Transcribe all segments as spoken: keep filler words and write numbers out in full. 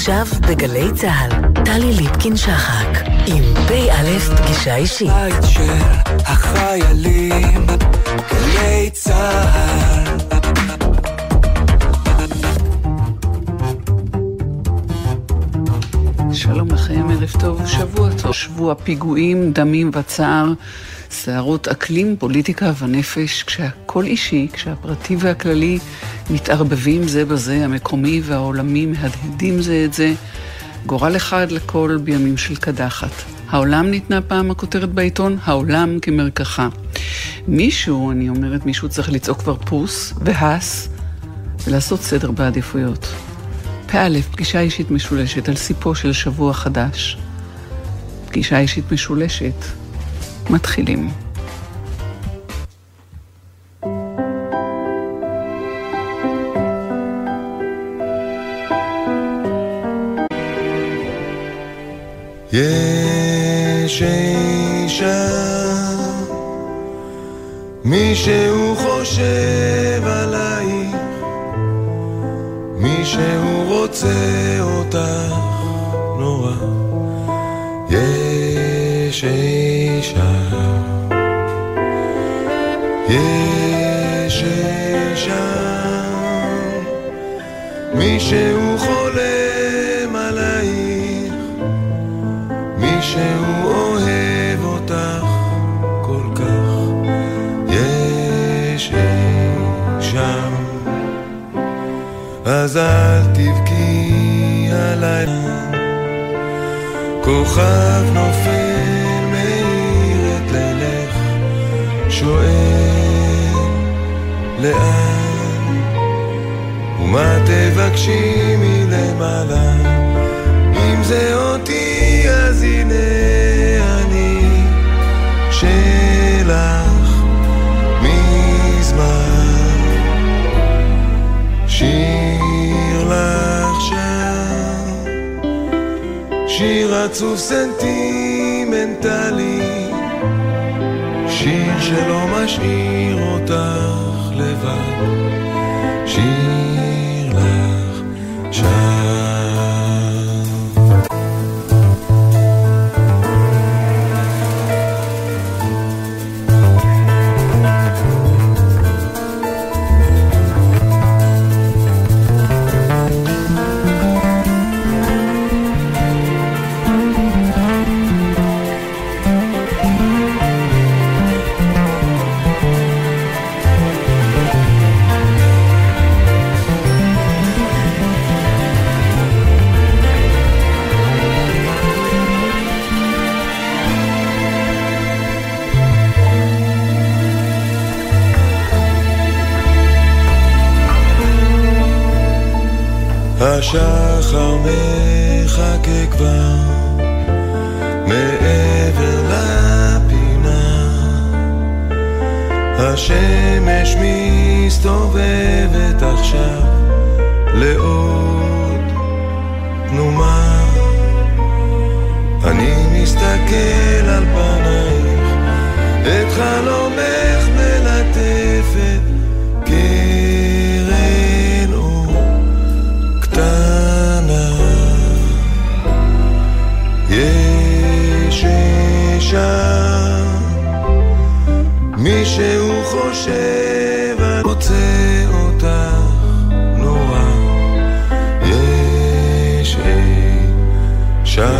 עכשיו בגלי צהל, טלי ליפקין שחק, עם פי א' פגישה אישית. בית של החיילים, גלי צהל. שלום לכם, ערב טוב, שבוע טוב. שבוע פיגועים, דמים וצער, סערות אקלים, פוליטיקה ונפש, כשהכל אישי, כשהפרטי והכללי מתערבבים זה בזה, המקומי והעולמי מהדהדים זה את זה, גורל אחד לכל בימים של קדחת. העולם ניתנה פעם הכותרת בעיתון, העולם כמרקחה. מישהו, אני אומרת, מישהו צריך לצעוק כבר פוס והס ולעשות סדר בעדיפויות. פאלף, פגישה אישית משולשת על סיפו של שבוע חדש. פגישה אישית משולשת. מתחילים. יש אישה, מישהו חושב עלייך, מישהו רוצה אותך נורא. יש אישה, יש אישה, מישהו חולם עלייך, מישהו אוהב אותך כל כך. יש אישה, אז אל תבכי עליי, כוכב נופל מאיר את לילך, שואל לאן ומה תבקשי מלמעלה. אם זה אותי אז הנה אני שלך מזמן, שיר לך שם, שיר עצוב סנטימנטלי, שיר שלא משאיר אותך לבד, שיר לך שם. השחר מחכה כבר מעבר לפינה, השמש מסתובבת עכשיו לעוד תנומה. אני מסתכל על פנייך, את חלומך מלטפת קרן אור קטנה. יש אישה, מישהו חושב אני רוצה אותך נורא. יש אישה,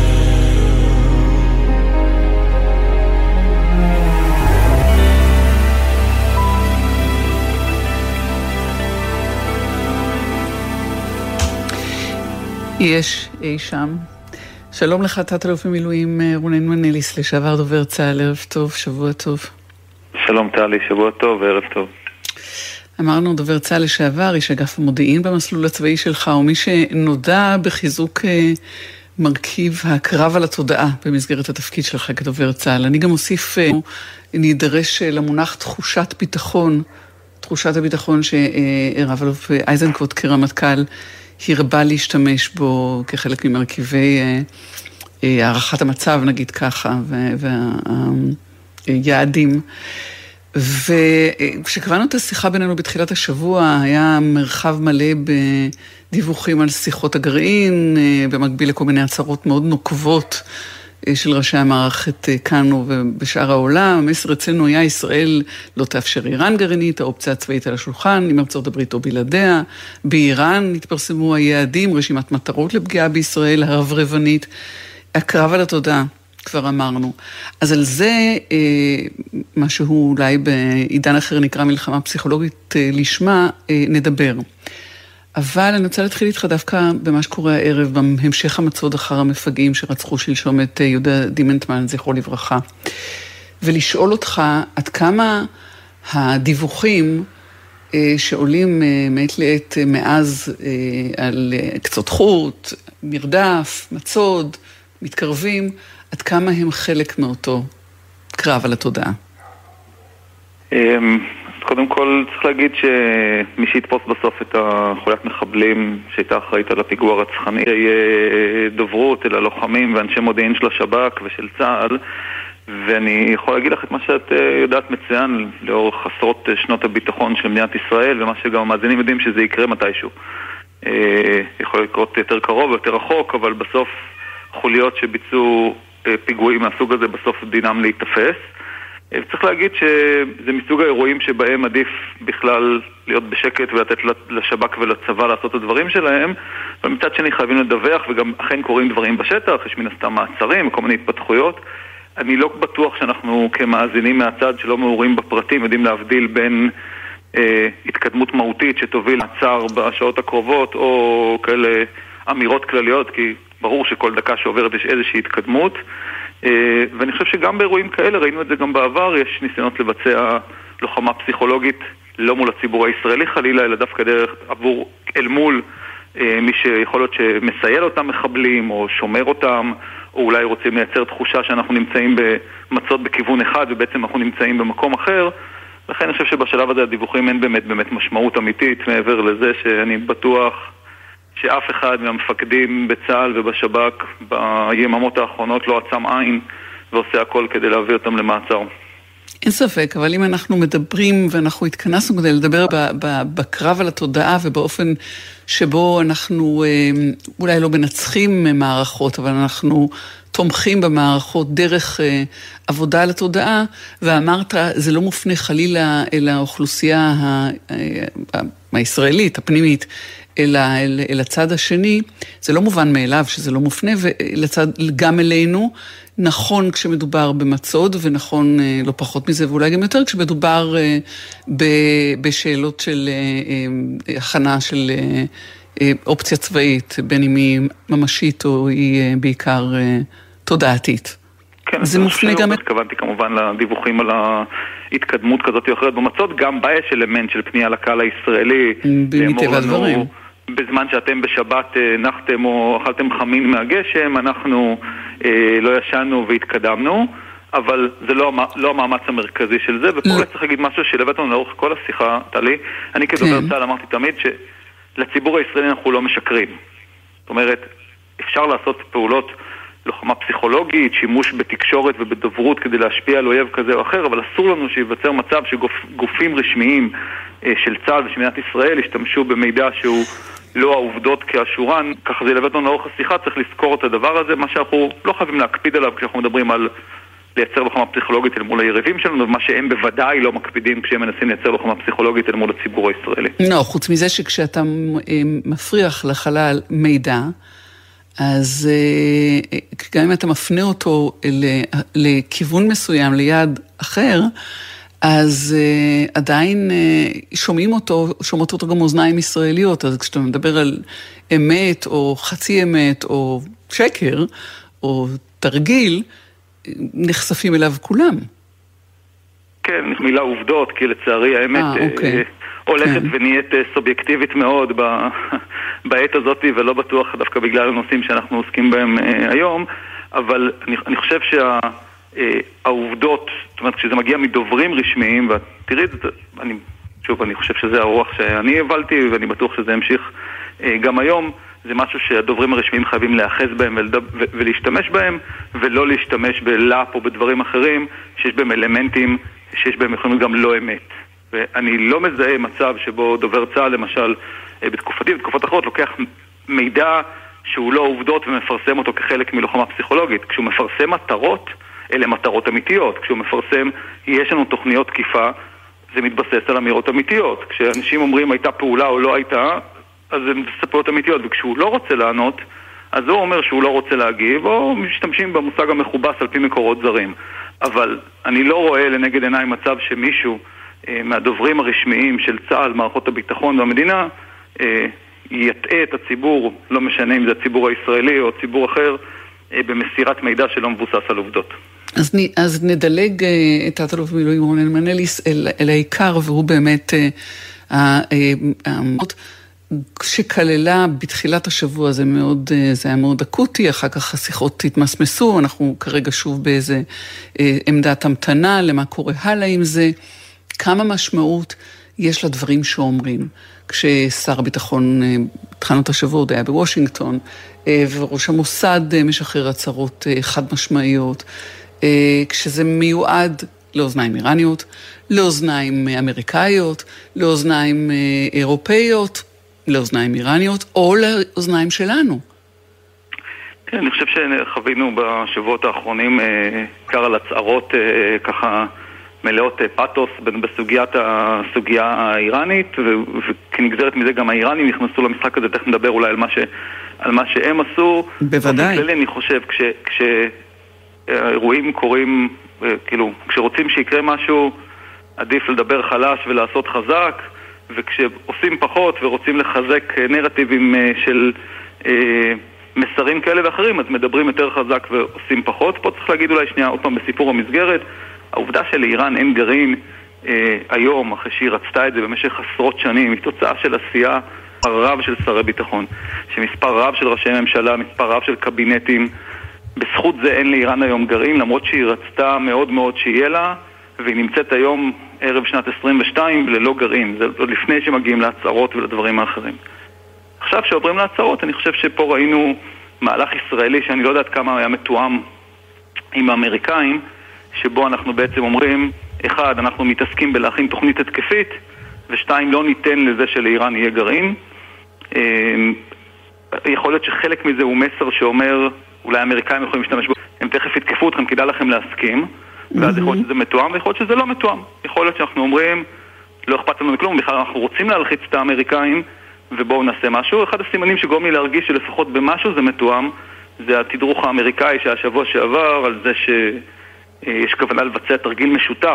יש אי שם. שלום לך, תת-אלוף במילואים רונן מנליס, לשעבר דובר צה"ל. ערב טוב, שבוע טוב. שלום טלי, שבוע טוב וערב טוב. אמרנו דובר צה"ל לשעבר, איש אגף המודיעין במסלול הצבאי שלך, ומי שנודע בחיזוק מרכיב הקרב על התודעה במסגרת התפקיד שלך כדובר צה"ל. אני גם אוסיף, נדרש למונח תחושת ביטחון, תחושת הביטחון שערב אלוף איזנקוט כרמטכ"ל הרבה להשתמש בו כחלק ממרכיבי הערכת המצב, נגיד ככה, והיעדים. וכשקבענו את השיחה בינינו בתחילת השבוע, היה מרחב מלא דיווחים על שיחות הגרעין, במקביל לכל מיני הצהרות מאוד נוקבות של ראשי המערכת כאן ובשאר העולם. המסר אצלנו היה, ישראל לא תאפשר איראן גרעינית, האופציה הצבאית על השולחן, עם ארצות הברית או בלעדיה. באיראן התפרסמו היעדים, רשימת מטרות לפגיעה בישראל הרברבנית. הקרב על התודעה, כבר אמרנו. אז על זה, מה שהוא אולי בעידן אחר נקרא מלחמה פסיכולוגית לשמה, נדבר. אבל אני רוצה להתחיל איתך דווקא במה שקורה הערב, בהמשך המצוד אחר המפגעים שרצחו שלשום את יהודה דימנטמן, זכרו לברכה. ולשאול אותך עד כמה הדיווחים שעולים מעת לעת מאז על קצות חוט, מרדף, מצוד, מתקרבים, עד כמה הם חלק מאותו קרב על התודעה? קודם כל צריך להגיד שמי שיתפוס בסוף את החוליית מחבלים שהייתה אחראית על הפיגוע הרצחני יהיה דוברות אל הלוחמים ואנשי מודיעין של השב"כ ושל צה"ל, ואני יכול להגיד לך את מה שאת יודעת מצוין לאורך עשרות שנות הביטחון של מדינת ישראל, ומה שגם המאזינים יודעים שזה יקרה מתישהו. יכול לקרות יותר קרוב או יותר רחוק, אבל בסוף חוליות שביצעו פיגועים מהסוג הזה בסוף דינם להתאפס. צריך להגיד שזה מסוג האירועים שבהם עדיף בכלל להיות בשקט ולתת לשב"כ ולצבא לעשות את הדברים שלהם, אבל מצד שני חייבים לדווח, וגם אכן קורים דברים בשטח, יש מן הסתם מעצרים וכל מיני התפתחויות. אני לא בטוח שאנחנו כמאזינים מהצד שלא מעורים בפרטים יודעים להבדיל בין אה, התקדמות מהותית שתוביל מעצר בשעות הקרובות או כאלה אמירות כלליות, כי ברור שכל דקה שעוברת יש איזושהי התקדמות. ואני חושב שגם באירועים כאלה, ראינו את זה גם בעבר, יש ניסיונות לבצע לוחמה פסיכולוגית לא מול הציבור הישראלי חלילה, אלא דווקא דרך עבור אל מול מי שיכול להיות שמסייע אותם מחבלים או שומר אותם, או אולי רוצים לייצר תחושה שאנחנו נמצאים במצוד בכיוון אחד ובעצם אנחנו נמצאים במקום אחר. לכן אני חושב שבשלב הזה הדיווחים אין באמת באמת משמעות אמיתית, מעבר לזה שאני בטוח שאף אחד מהמפקדים בצה"ל ובשב"כ ביממות האחרונות לא עצם עין ועושה הכל כדי להביא אותם למעצר. אין ספק, אבל אם אנחנו מדברים ואנחנו התכנסנו כדי לדבר בקרב על התודעה ובאופן שבו אנחנו אולי לא מנצחים מערכות, אבל אנחנו תומכים במערכות דרך עבודה על התודעה, ואמרת, זה לא מופנה חלילה אל האוכלוסייה הישראלית, הפנימית, אל, אל, אל הצד השני. זה לא מובן מאליו שזה לא מופנה, ולצד, גם אלינו, נכון כשמדובר במצוד, ונכון לא פחות מזה, ואולי גם יותר כשמדובר ב, בשאלות של הכנה של אופציה צבאית, בין אם היא ממשית או היא בעיקר תודעתית. כן, זה מופנה גם... התכוונתי כמובן לדיווחים על ההתקדמות כזאת או אחרת במצוד, גם בה יש אלמנט של פנייה לקהל הישראלי. במטבע הדברים. בזמן שאתם בשבת נחתם או אכלתם חמין מהגשם, אנחנו אה, לא ישנו והתקדמנו, אבל זה לא, לא המאמץ המרכזי של זה, ופה לא. צריך להגיד משהו שלבט לנו לאורך כל השיחה, טלי, אני כדובר כן. צה"ל אמרתי תמיד שלציבור הישראלי אנחנו לא משקרים. זאת אומרת, אפשר לעשות פעולות לוחמה פסיכולוגית, שימוש בתקשורת ובדוברות כדי להשפיע על אויב כזה או אחר, אבל אסור לנו שיווצר מצב שגופים רשמיים אה, של צה"ל ושל מדינת ישראל ישתמשו במידע שהוא לא העובדות כאשורן. ככה זה לבטנו לאורך השיחה, צריך לזכור את הדבר הזה, מה שאנחנו לא חייבים להקפיד עליו כשאנחנו מדברים על לייצר לוחמה פסיכולוגית אל מול היריבים שלנו, ומה שהם בוודאי לא מקפידים כשהם מנסים לייצר לוחמה פסיכולוגית אל מול הציבור הישראלי. לא, חוץ מזה שכשאתה מפריח לחלל מידע, אז גם אם אתה מפנה אותו לכיוון מסוים, ליד אחר, אז uh, עדיין uh, שומעים אותו, שומעות אותו גם אוזניים ישראליות, אז כשאתה מדבר על אמת או חצי אמת או שקר או תרגיל, נחשפים אליו כולם. כן, מילה עובדות, כי לצערי האמת 아, אוקיי. אה, הולכת כן. ונהיית סובייקטיבית מאוד ב, בעת הזאת, ולא בטוח דווקא בגלל הנושאים שאנחנו עוסקים בהם אה, היום, אבל אני, אני חושב שה... העובדות, זאת אומרת, כשזה מגיע מדוברים רשמיים, ותראי, אני, שוב, אני חושב שזה הרוח שאני הבלתי, ואני בטוח שזה המשיך גם היום, זה משהו שהדוברים הרשמיים חייבים להאחז בהם ולהשתמש בהם, ולא להשתמש בלאפ או בדברים אחרים, שיש בהם אלמנטים, שיש בהם יכולים גם לא אמת. ואני לא מזהה מצב שבו דובר צה"ל, למשל, בתקופתי, בתקופות אחרות, לוקח מידע שהוא לא עובדות ומפרסם אותו כחלק מלוחמה פסיכולוגית. כשהוא מפרסם מטרות, אלה מטרות אמיתיות. כשהוא מפרסם, יש לנו תוכניות תקיפה, זה מתבסס על אמירות אמיתיות. כשאנשים אומרים הייתה פעולה או לא הייתה, אז זה מספרות אמיתיות. וכשהוא לא רוצה לענות, אז הוא אומר שהוא לא רוצה להגיב, או משתמשים במושג המכובס על פי מקורות זרים. אבל אני לא רואה לנגד עיניי מצב שמישהו אה, מהדוברים הרשמיים של צה"ל, מערכות הביטחון והמדינה, אה, יטעה את הציבור, לא משנה אם זה הציבור הישראלי או ציבור אחר, אה, במסירת מידע שלא מבוסס על עובדות. אז, נ, אז נדלג אה, את תת-אלוף במילואים רונן מנליס אל, אל העיקר, והוא באמת אה, אה, אה, שכללה בתחילת השבוע, זה, מאוד, זה היה מאוד אקוטי, אחר כך השיחות התמסמסו, אנחנו כרגע שוב באיזה אה, עמדת המתנה למה קורה הלאה עם זה, כמה משמעות יש לדברים שאומרים, כששר הביטחון התחלנו את השבוע, עוד היה בוושינגטון, אה, וראש המוסד אה, משחרר הצהרות אה, חד משמעיות, אה, כשזה מיועד לאוזניים איראניות, לאוזניים אמריקאיות, לאוזניים אה, אירופאיות, לאוזניים איראניות, או לאוזניים שלנו. כן, אני חושב שחווינו בשבועות האחרונים עיקר על הצערות ככה מלאות פאטוס בסוגיית הסוגיה האיראנית, וכנגזרת מזה גם האיראנים נכנסו למשחק הזה, תכף נדבר אולי על מה, ש, על מה שהם עשו. בוודאי. בכללי אני חושב, כש, כשהאירועים קורים, כאילו, כשרוצים שיקרה משהו, עדיף לדבר חלש ולעשות חזק, וכשעושים פחות ורוצים לחזק נרטיבים של אה, מסרים כאלה ואחרים, אז מדברים יותר חזק ועושים פחות. פה צריך להגיד אולי שנייה עוד פעם בסיפור המסגרת, העובדה שלאיראן אין גרעין אה, היום, אחרי שהיא רצתה את זה במשך עשרות שנים, היא תוצאה של עשייה רב של שרי ביטחון, שמספר רב של ראשי ממשלה, מספר רב של קבינטים, בזכות זה אין לאיראן היום גרעין, למרות שהיא רצתה מאוד מאוד שיהיה לה, והיא נמצאת היום ערב שנת עשרים ושתיים ללא גרעין, זה עוד לפני שמגיעים להצהרות ולדברים האחרים. עכשיו שעוברים להצהרות, אני חושב שפה ראינו מהלך ישראלי שאני לא יודעת כמה היה מתואם עם האמריקאים, שבו אנחנו בעצם אומרים, אחד, אנחנו מתעסקים בלהכין תוכנית התקפית, ושתיים, לא ניתן לזה שלאיראן יהיה גרעין. יכול להיות שחלק מזה הוא מסר שאומר, אולי האמריקאים יכולים להשתמש בו, הם תכף יתקפו אתכם, כדאי לכם להסכים, ואז יכול להיות שזה מתואם, ויכול להיות שזה לא מתואם. יכול להיות שאנחנו אומרים, לא אכפת לנו מכלום, בכלל אנחנו רוצים להלחיץ את האמריקאים, ובואו נעשה משהו. אחד הסימנים שגורם לי להרגיש שלפחות במשהו זה מתואם, זה התדרוך האמריקאי שהשבוע שעבר, על זה שיש כוונה לבצע תרגיל משותף,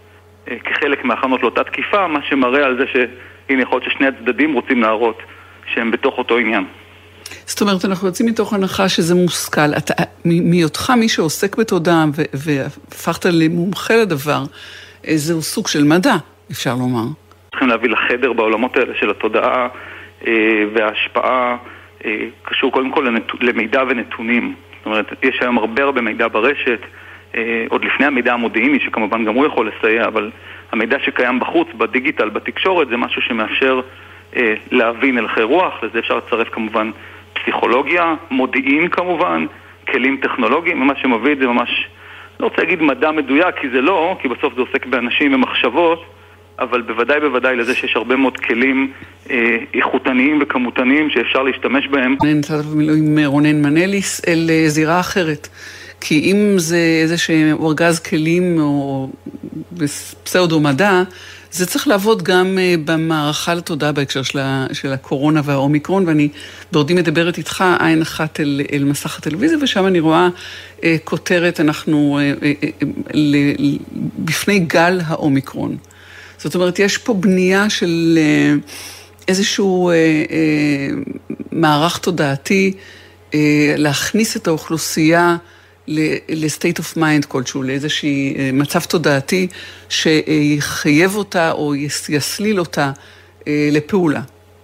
כחלק מהכנות לאותה תקיפה, מה שמראה על זה שהנה יכול להיות ששני הצדדים רוצים להראות שהם בתוך אותו עניין. זאת אומרת, אנחנו יוצאים מתוך הנחה שזה מושכל. אתה, מהיותך מי שעוסק בתודעה והפכת למומחה לדבר, זהו סוג של מדע, אפשר לומר. צריכים להביא לחדר בעולמות האלה של התודעה אה, וההשפעה, אה, קשור קודם כל לנט... למידע ונתונים. זאת אומרת, יש היום הרבה הרבה מידע ברשת, אה, עוד לפני המידע המודיעיני, שכמובן גם הוא יכול לסייע, אבל המידע שקיים בחוץ, בדיגיטל, בתקשורת, זה משהו שמאפשר אה, להבין הלכי רוח, לזה אפשר לצרף כמובן פסיכולוגיה, מודיעין כמובן, כלים טכנולוגיים, ומה שמביא את זה ממש, לא רוצה להגיד מדע מדויק, כי זה לא, כי בסוף זה עוסק באנשים ומחשבות, אבל בוודאי בוודאי לזה שיש הרבה מאוד כלים אה, איכותניים וכמותניים שאפשר להשתמש בהם. אני נתת במילואים רונן מנליס אל זירה אחרת, כי אם זה איזה שהוא ארגז כלים או פסאודו מדע, זה צריך לעבוד גם במערכה לתודעה בהקשר של, של הקורונה והאומיקרון, ואני בעודי מדברת איתך עין אחת אל, אל מסך הטלוויזיה, ושם אני רואה אה, כותרת, אנחנו אה, אה, אה, ל, בפני גל האומיקרון. זאת אומרת, יש פה בנייה של אה, איזשהו אה, אה, מערך תודעתי, אה, להכניס את האוכלוסייה ל-state of mind כלשהו, לאיזושהי מצב תודעתי שיחייב אותה או יסליל אותה לפעולה.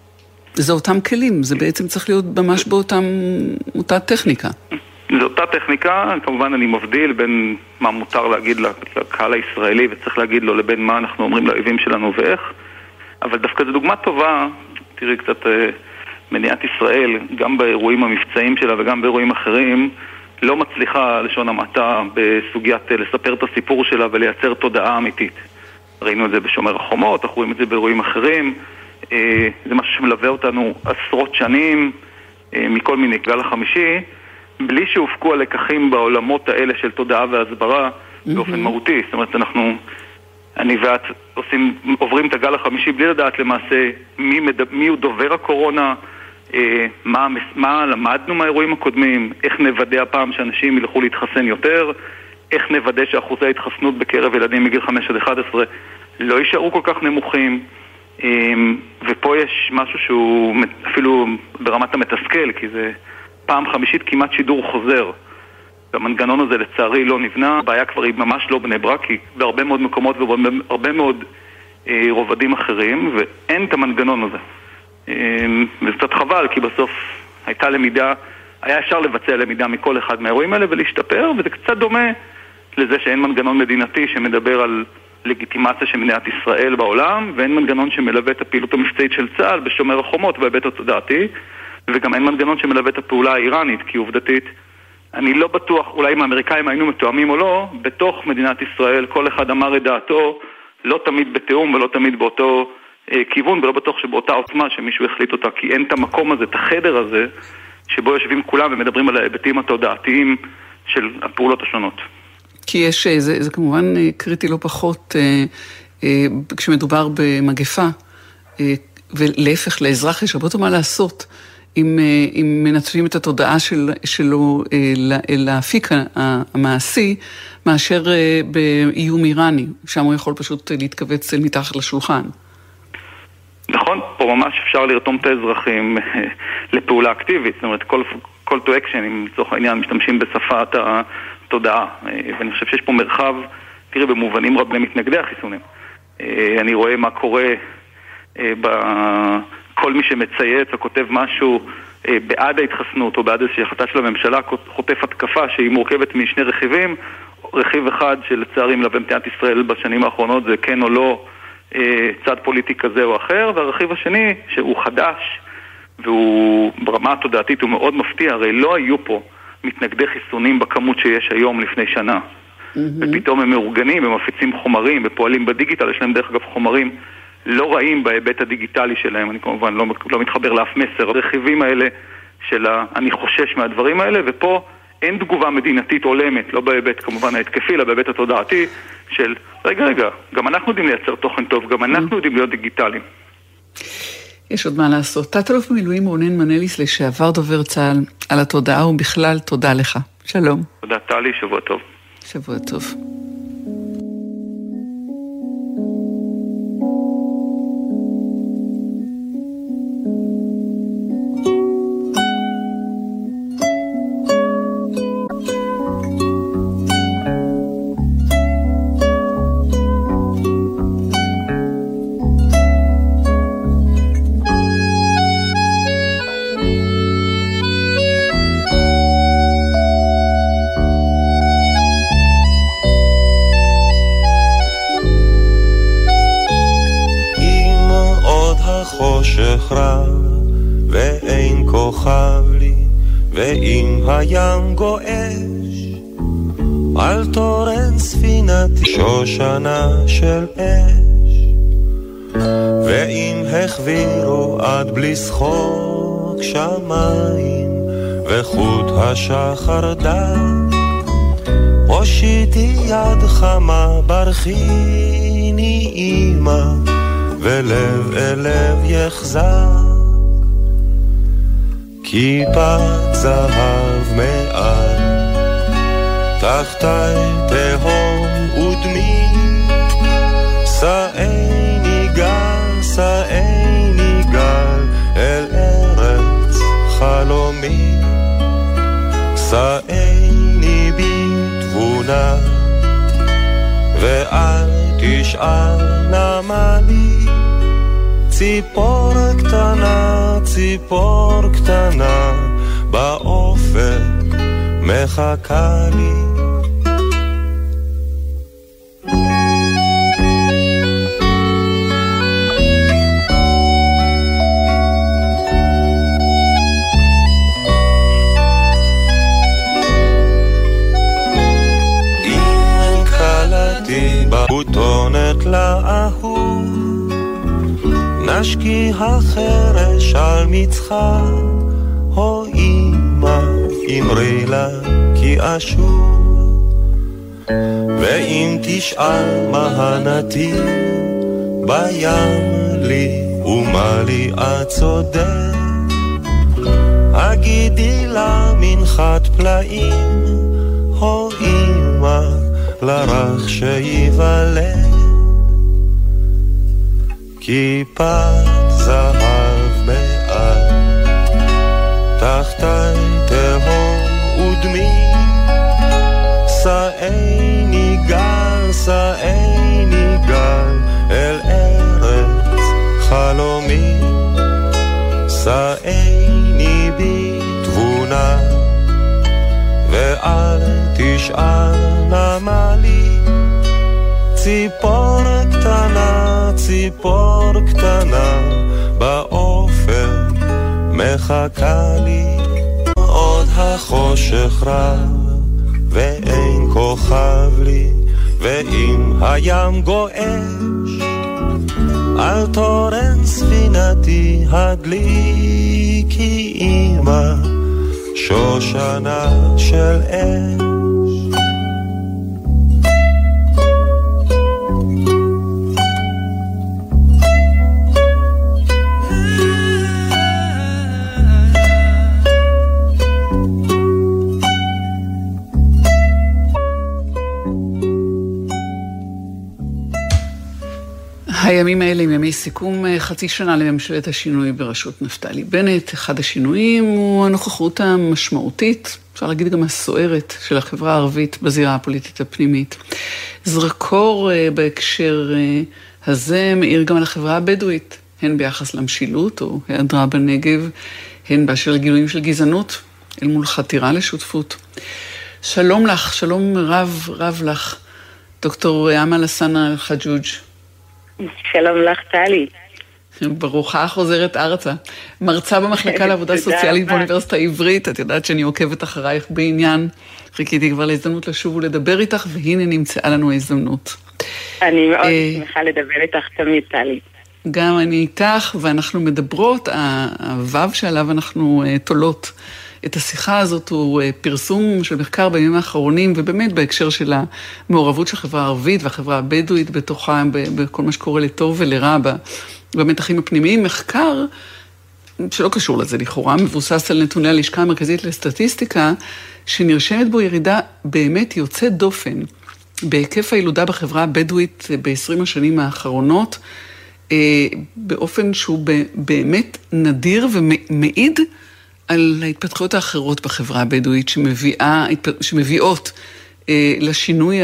זה אותם כלים, זה בעצם צריך להיות ממש באותה טכניקה. זו אותה טכניקה, כמובן אני מבדיל בין מה מותר להגיד לקהל הישראלי וצריך להגיד לו לבין מה אנחנו אומרים לאויבים שלנו ואיך, אבל דווקא זו דוגמה טובה, תראי קצת מדינת ישראל, גם באירועים המבצעיים שלה וגם באירועים אחרים, לא מצליחה לשון המעטה בסוגיית לספר את הסיפור שלה ולייצר תודעה אמיתית. ראינו את זה בשומר החומות, אנחנו רואים את זה באירועים אחרים. זה משהו שמלווה אותנו עשרות שנים, מכל מיני גל החמישי, בלי שהופקו הלקחים בעולמות האלה של תודעה והסברה באופן מהותי. זאת אומרת, אנחנו, אני ואת עושים, עוברים את הגל החמישי בלי לדעת למעשה מי, מד... מי הוא דובר הקורונה, מה, מה למדנו מהאירועים הקודמים, איך נוודא הפעם שאנשים ילכו להתחסן יותר, איך נוודא שאחוזי ההתחסנות בקרב ילדים מגיל חמש עד אחת עשרה לא יישארו כל כך נמוכים. ופה יש משהו שהוא אפילו ברמת המתסכל, כי זה פעם חמישית כמעט שידור חוזר. והמנגנון הזה לצערי לא נבנה. הבעיה כבר היא ממש לא בני ברק, כי בהרבה מאוד מקומות ובהרבה מאוד אה, רובדים אחרים, ואין את המנגנון הזה. אה, וזה קצת חבל, כי בסוף הייתה למידה, היה אפשר לבצע למידה מכל אחד מהאירועים האלה ולהשתפר, וזה קצת דומה לזה שאין מנגנון מדינתי שמדבר על לגיטימציה של מדינת ישראל בעולם, ואין מנגנון שמלווה את הפעילות המבצעית של צה"ל בשומר החומות בהיבט התודעתי, וגם אין מנגנון שמלווה את הפעולה האיראנית, כי עובדתית אני לא בטוח, אולי אם האמריקאים היינו מתואמים או לא, בתוך מדינת ישראל כל אחד אמר את דעתו, לא תמיד בתאום ולא תמיד באותו אה, כיוון, ולא בטוח שבאותה עוצמה שמישהו החליט אותה, כי אין את המקום הזה, את החדר הזה, שבו יושבים כולם ומדברים על ההיבטים התודעתיים של הפעולות השונות. כי יש, זה, זה כמובן קריטי לא פחות, אה, אה, כשמדובר במגפה, אה, ולהפך לאזרח יש הרבה מה לעשות, אם, אם מנצלים את התודעה של, שלו להפיק המעשי, מאשר באיום איראני, שם הוא יכול פשוט להתכווץ מתחת לשולחן. נכון, פה ממש אפשר לרתום את האזרחים לפעולה אקטיבית, זאת אומרת, כל, כל to action, אם לצורך העניין משתמשים בשפת התודעה, ואני חושב שיש פה מרחב, תראי, במובנים רבים מתנגדי החיסונים. אני רואה מה קורה ב... כל מי שמצייץ או כותב משהו אה, בעד ההתחסנות או בעד איזושהי החלטה של הממשלה חוטף התקפה שהיא מורכבת משני רכיבים. רכיב אחד שלצערי מלווה מדינת ישראל בשנים האחרונות זה כן או לא אה, צד פוליטי כזה או אחר, והרכיב השני שהוא חדש והוא ברמה התודעתית הוא מאוד מפתיע, הרי לא היו פה מתנגדי חיסונים בכמות שיש היום לפני שנה. Mm-hmm. ופתאום הם מאורגנים, הם מפיצים חומרים ופועלים בדיגיטל, יש להם דרך אגב חומרים לא רעים בהיבט הדיגיטלי שלהם, אני כמובן לא, לא מתחבר לאף מסר. הרכיבים האלה של ה, אני חושש מהדברים האלה, ופה אין תגובה מדינתית עולמת, לא בהיבט כמובן ההתקפי, אלא בהיבט התודעתי של, רגע, רגע, גם אנחנו יודעים לייצר תוכן טוב, גם אנחנו יודעים להיות דיגיטליים. יש עוד מה לעשות. תת-אלוף במילואים רונן מנליס, לשעבר דובר צה"ל, על התודעה ובכלל, תודה לך. שלום. תודה טלי, שבוע טוב. שבוע טוב. ואין כוכב לי ואם הים גואש על תורן ספינתי שושנה של אש ואם החבירו עד בלי שחוק שמיים וחוט השחר דק הושיטי יד חמה ברכיני אימא ולב אל לב יחזק כיפת זהב מעל תחתי תהום ודמי סעני גל, סעני גל אל ארץ חלומי סעני בתבונה ואל תשאל למה לי ציפור קטנה, ציפור קטנה באופק מחכה לי אם קלתי בחוטונת לאהוב נשקי החרש על מצחה, הו אמא אמרי לה כי אשור, ואם תשאל מה הנתיב בים לי ומה לי את צודק, הגידי לה מנחת פלאים, הו אמא לרך שיוולד. כיפת זהב מעל, תחתי תהום ודמי, סעני גל, סעני גל, אל ארץ חלומי, סעני בי תבונה, ואל תשאל נמה לי, ציפור קטנה, ציפור קטנה, באופן מחכה לי, עוד החושך רב, ואין כוכב לי, ואם הים גואש, על תורן ספינתי הדליקי אמא, שושנה של אש. הימים האלה הם ימי סיכום חצי שנה לממשלת השינוי בראשות נפתלי בנט. אחד השינויים הוא הנוכחות המשמעותית, אפשר להגיד גם הסוערת, של החברה הערבית בזירה הפוליטית הפנימית. זרקור בהקשר הזה מאיר גם על החברה הבדואית, הן ביחס למשילות או היעדרה בנגב, הן באשר לגילויים של גזענות אל מול חתירה לשותפות. שלום לך, שלום רב רב לך, דוקטור אמל הסנה אל-חג'וג'. שלום לך טלי. ברוכה חוזרת ארצה. מרצה במחלקה לעבודה סוציאלית באוניברסיטה העברית. את יודעת שאני עוקבת אחרייך בעניין. חיכיתי כבר להזדמנות לשוב ולדבר איתך, והנה נמצאה לנו ההזדמנות. אני מאוד שמחה לדבר איתך תמיד טלי. גם אני איתך, ואנחנו מדברות, הוו שעליו אנחנו תולות את השיחה הזאת הוא פרסום של מחקר בימים האחרונים, ובאמת בהקשר של המעורבות של החברה הערבית והחברה הבדואית בתוכה, בכל מה שקורה לטוב ולרע, במתחים הפנימיים. מחקר שלא קשור לזה לכאורה, מבוסס על נתוני הלשכה המרכזית לסטטיסטיקה, שנרשמת בו ירידה באמת יוצאת דופן, בהיקף הילודה בחברה הבדואית ב-עשרים השנים האחרונות, באופן שהוא באמת נדיר ומעיד על ההתפתחויות האחרות בחברה הבדואית, שמביאה, שמביאות אה, לשינוי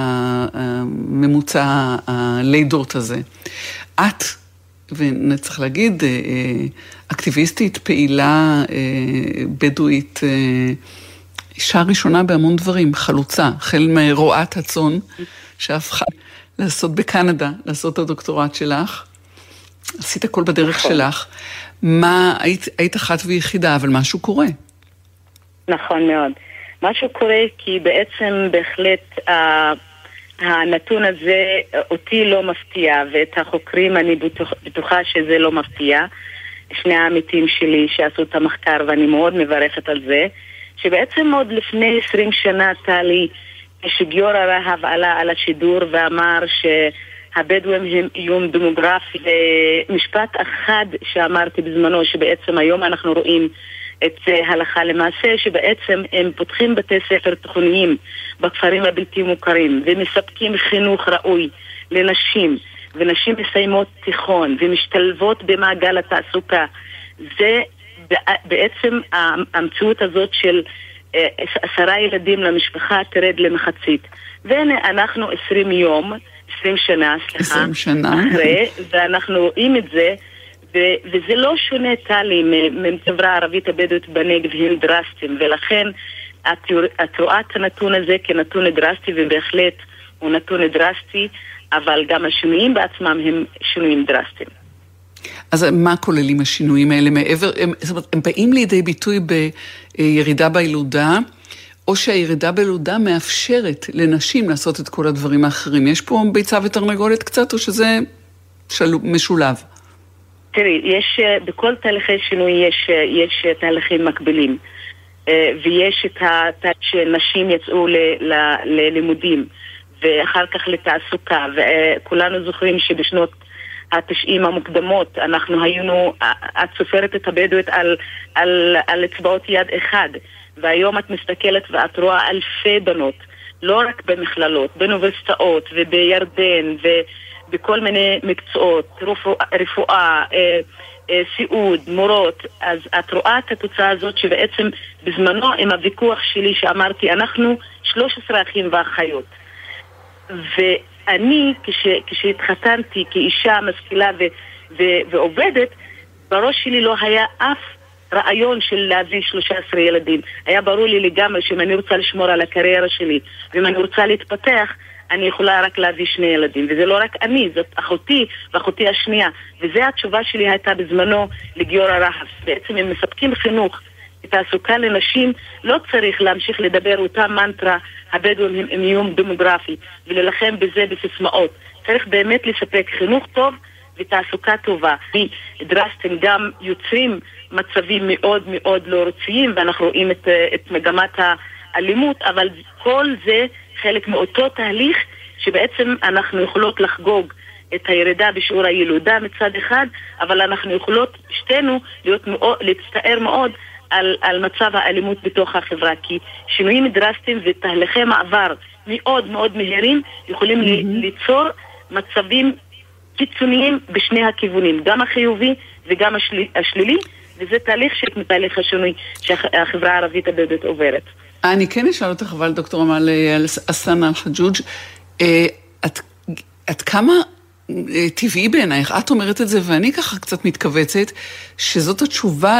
הממוצע הלידות הזה. את, ונצטרך להגיד, אה, אקטיביסטית, פעילה, אה, בדואית, אה, אישה ראשונה בהמון דברים, חלוצה, החל מרועת הצאן, שהפכה לעשות בקנדה, לעשות את הדוקטורט שלך, עשית הכל בדרך שלך, מה, היית, היית אחת ויחידה, אבל משהו קורה. נכון מאוד. משהו קורה כי בעצם בהחלט אה, הנתון הזה אותי לא מפתיע, ואת החוקרים אני בטוח, בטוחה שזה לא מפתיע. שני העמיתים שלי שעשו את המחקר, ואני מאוד מברכת על זה, שבעצם עוד לפני עשרים שנה טלי, שגיורא רהב עלה על השידור ואמר ש... הבדואים הם איום דמוגרפי. משפט אחד שאמרתי בזמנו, שבעצם היום אנחנו רואים את הלכה למעשה, שבעצם הם פותחים בתי ספר תיכוניים בכפרים הבלתי מוכרים, ומספקים חינוך ראוי לנשים, ונשים מסיימות תיכון, ומשתלבות במעגל התעסוקה. זה בעצם המציאות הזאת של עשרה ילדים למשפחה תרד למחצית. והנה אנחנו עשרים יום, עשרים שנה, סליחה, עשרים שנה. אחרי, ואנחנו רואים את זה, ו- וזה לא שונה טלי מהחברה הערבית הבדואית בנגב, הם דרסטיים, ולכן את, את רואה את הנתון הזה כנתון דרסטי, ובהחלט הוא נתון דרסטי, אבל גם השינויים בעצמם הם שינויים דרסטיים. אז מה כוללים השינויים האלה מעבר? הם, זאת אומרת, הם באים לידי ביטוי בירידה בילודה, או שהירידה בילודה מאפשרת לנשים לעשות את כל הדברים האחרים. יש פה ביצה ותרנגולת קצת, או שזה שלו, משולב? תראי, יש, בכל תהליכי שינוי יש, יש תהליכים מקבילים. ויש את התהליך שנשים יצאו ל, ל, ללימודים ואחר כך לתעסוקה, וכולנו זוכרים שבשנות התשעים המוקדמות אנחנו היינו, את סופרת את הבדואית על, על, על אצבעות יד אחד, והיום את מסתכלת ואת רואה אלפי בנות, לא רק במכללות, באוניברסיטאות ובירדן ובכל מיני מקצועות, רפואה, רפואה סיעוד, מורות. אז את רואה את התוצאה הזאת שבעצם בזמנו עם הוויכוח שלי שאמרתי אנחנו שלושה עשר אחים ואחיות, ואני כש, כשהתחתנתי כאישה משכילה ו, ו, ועובדת, בראש שלי לא היה אף רעיון של להביא שלושה עשר ילדים. היה ברור לי לגמרי שאם אני רוצה לשמור על הקריירה שלי ואם אני רוצה להתפתח, אני יכולה רק להביא שני ילדים, וזה לא רק אני, זאת אחותי ואחותי השנייה, וזה התשובה שלי הייתה בזמנו לגיורא רהב. בעצם הם מספקים חינוך ותעסוקה לנשים, לא צריך להמשיך לדבר אותה מנטרה, הבדואים הם איום דמוגרפי, וללחם בזה בסיסמאות. צריך באמת לספק חינוך טוב ותעסוקה טובה. דרסטים גם יוצרים מצבים מאוד מאוד לא רצויים, ואנחנו רואים את, את מגמת האלימות, אבל כל זה חלק מאותו תהליך שבעצם אנחנו יכולות לחגוג את הירידה בשיעור הילודה מצד אחד, אבל אנחנו יכולות שתינו להיות מאוד, להצטער מאוד על, על מצב האלימות בתוך החברה, כי שינויים דרסטיים ותהליכי מעבר מאוד מאוד מהירים יכולים mm-hmm. ליצור מצבים קיצוניים בשני הכיוונים, גם החיובי וגם השל, השלילי, וזה תהליך מתהליך השינוי שהחברה הערבית הבדואית עוברת. אני כן אשאל אותך, אבל דוקטור אמאל חסן אל-חג'וג', את, את כמה טבעי בעינייך, את אומרת את זה ואני ככה קצת מתכווצת, שזאת התשובה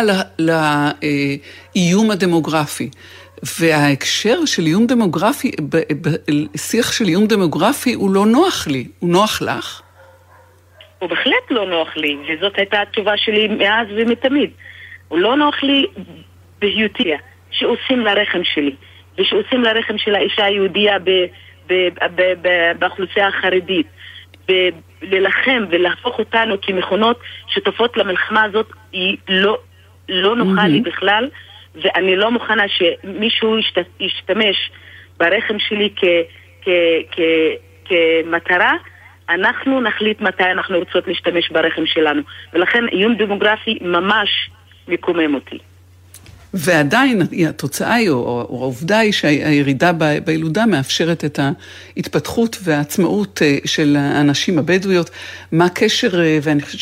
לאיום הדמוגרפי. וההקשר של איום דמוגרפי, שיח של איום דמוגרפי הוא לא נוח לי, הוא נוח לך? הוא בהחלט לא נוח לי, וזאת הייתה התשובה שלי מאז ומתמיד. הוא לא נוח לי בהיותיה. שעושים לרחם שלי, ושעושים לרחם של האישה היהודיה באוכלוסייה החרדית, ללחם ולהפוך אותנו כמכונות שותפות למלחמה הזאת, היא לא, לא נוחה לי בכלל, ואני לא מוכנה שמישהו ישתמש ברחם שלי כ, כ, כ, כמטרה. אנחנו נחליט מתי אנחנו רוצות להשתמש ברחם שלנו, ולכן איום דמוגרפי ממש מקומם אותי. ועדיין התוצאה היא, או העובדה היא שהירידה בילודה מאפשרת את ההתפתחות והעצמאות של הנשים הבדואיות. מה הקשר, ואני חושבת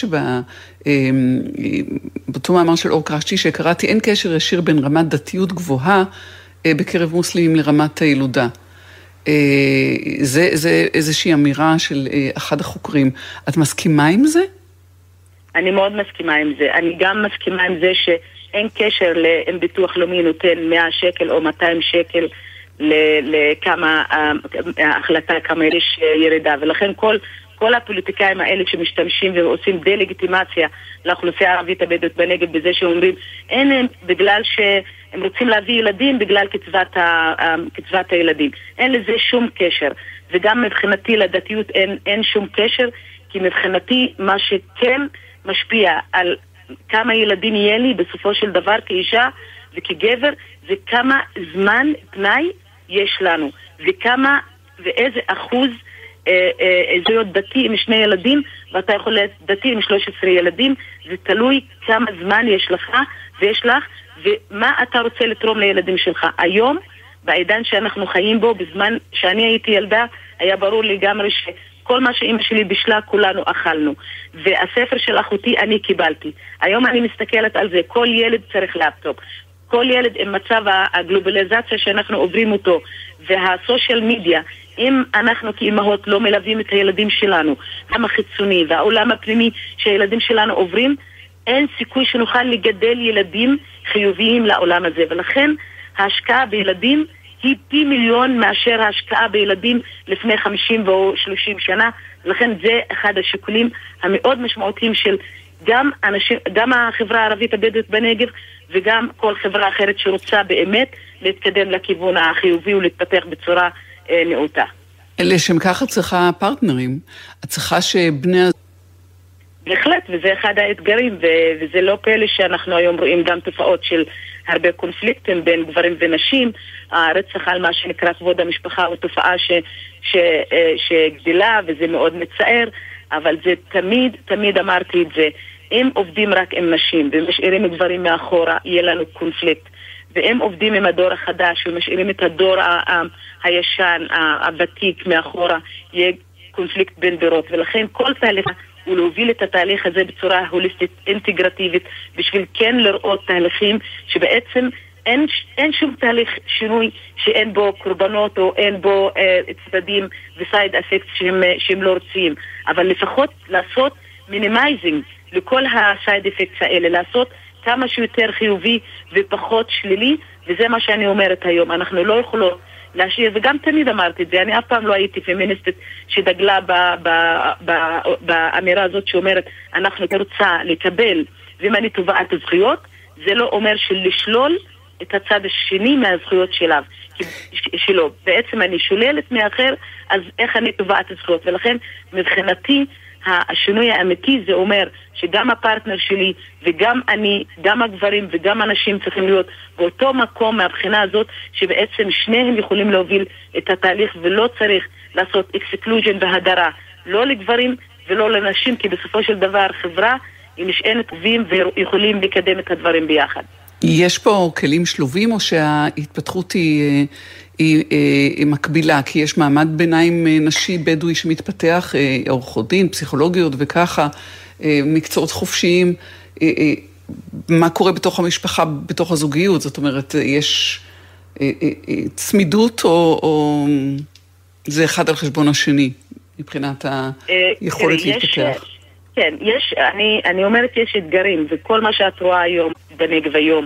שבאותו מאמר של אור קרשצ'י שקראתי, אין קשר ישיר בין רמת דתיות גבוהה בקרב מוסלמים לרמת הילודה. זה, זה איזושהי אמירה של אחד החוקרים. את מסכימה עם זה? אני מאוד מסכימה עם זה. אני גם מסכימה עם זה ש... אין קשר אם ביטוח לאומי נותן מאה שקל או מאתיים שקל לכמה ההחלטה, כמה יש ירידה, ולכן כל, כל הפוליטיקאים האלה שמשתמשים ועושים דה-לגיטימציה לאוכלוסייה הערבית הבדואית בנגב בזה שאומרים אין הם בגלל שהם רוצים להביא ילדים בגלל קצבת, ה, קצבת הילדים. אין לזה שום קשר, וגם מבחינתי לדתיות אין, אין שום קשר, כי מבחינתי מה שכן משפיע על כמה ילדים יהיה לי בסופו של דבר כאישה וכגבר, זה כמה זמן פנאי יש לנו, וכמה ואיזה אחוז אה, אה, זה להיות דתי עם שני ילדים, ואתה יכול להיות דתי עם שלושה עשר ילדים, זה תלוי כמה זמן יש לך ויש לך, ומה אתה רוצה לתרום לילדים שלך. היום, בעידן שאנחנו חיים בו, בזמן שאני הייתי ילדה, היה ברור לי לגמרי ש... כל מה שאמא שלי בשלה, כולנו אכלנו. והספר של אחותי אני קיבלתי. היום אני מסתכלת על זה, כל ילד צריך לפטופ. כל ילד עם מצב הגלובליזציה שאנחנו עוברים אותו, והסושיאל מדיה, אם אנחנו כאימהות לא מלווים את הילדים שלנו, גם החיצוני והעולם הפנימי שהילדים שלנו עוברים, אין סיכוי שנוכל לגדל ילדים חיוביים לעולם הזה. ולכן ההשקעה בילדים היא פי מיליון מאשר ההשקעה בילדים לפני חמישים ו-שלושים שנה, לכן זה אחד השיקולים המאוד משמעותיים של גם, אנשים, גם החברה הערבית הבדואית בנגב, וגם כל חברה אחרת שרוצה באמת להתקדם לכיוון החיובי ולהתפתח בצורה אה, נאותה. לשם ככה צריכה פרטנרים, את צריכה שבני... בהחלט, וזה אחד האתגרים, ו- וזה לא פלא שאנחנו היום רואים גם תופעות של הרבה קונפליקטים בין גברים ונשים. הרצח על מה שנקרא כבוד המשפחה הוא תופעה ש- ש- שגדילה, וזה מאוד מצער, אבל זה תמיד, תמיד אמרתי את זה, אם עובדים רק עם נשים ומשאירים גברים מאחורה, יהיה לנו קונפליקט. ואם עובדים עם הדור החדש ומשאירים את הדור ה- ה- הישן, ה- הוותיק מאחורה, יהיה קונפליקט בין דורות. ולכן כל תהליך הוא להוביל את התהליך הזה בצורה הוליסטית, אינטגרטיבית, בשביל כן לראות תהליכים שבעצם אין, אין שום תהליך שינוי שאין בו קורבנות או אין בו אה, צדדים וסייד אפקט שהם, שהם לא רוצים. אבל לפחות לעשות מינימייזינג לכל הסייד אפקט האלה, לעשות כמה שיותר חיובי ופחות שלילי, וזה מה שאני אומרת היום. אנחנו לא יכולות להשאיר, וגם תמיד אמרתי את זה, אני אף פעם לא הייתי פמיניסטית שדגלה ב, ב, ב, באמירה הזאת שאומרת, אנחנו רוצה לקבל, ואם אני תובעת הזכויות, זה לא אומר שלשלול את הצד השני מהזכויות שלה, שלו. בעצם אני שוללת מאחר, אז איך אני תובעת הזכויות? ולכן, מבחינתי, השינוי האמיתי זה אומר שגם הפרטנר שלי וגם אני, גם הגברים וגם אנשים צריכים להיות באותו מקום מהבחינה הזאת, שבעצם שניהם יכולים להוביל את התהליך, ולא צריך לעשות אקסקלוז'ן והדרה, לא לגברים ולא לנשים, כי בסופו של דבר חברה היא נשענת טובים ויכולים לקדם את הדברים ביחד. יש פה כלים שלובים או שההתפתחות היא... היא, היא מקבילה, כי יש מעמד ביניים נשי בדואי שמתפתח, עורכות דין, פסיכולוגיות וככה, מקצועות חופשיים. מה קורה בתוך המשפחה, בתוך הזוגיות? זאת אומרת, יש צמידות או, או זה אחד על חשבון השני, מבחינת היכולת להתפתח? כן, יש, אני, אני אומרת יש אתגרים, וכל מה שאת רואה היום בנגב היום,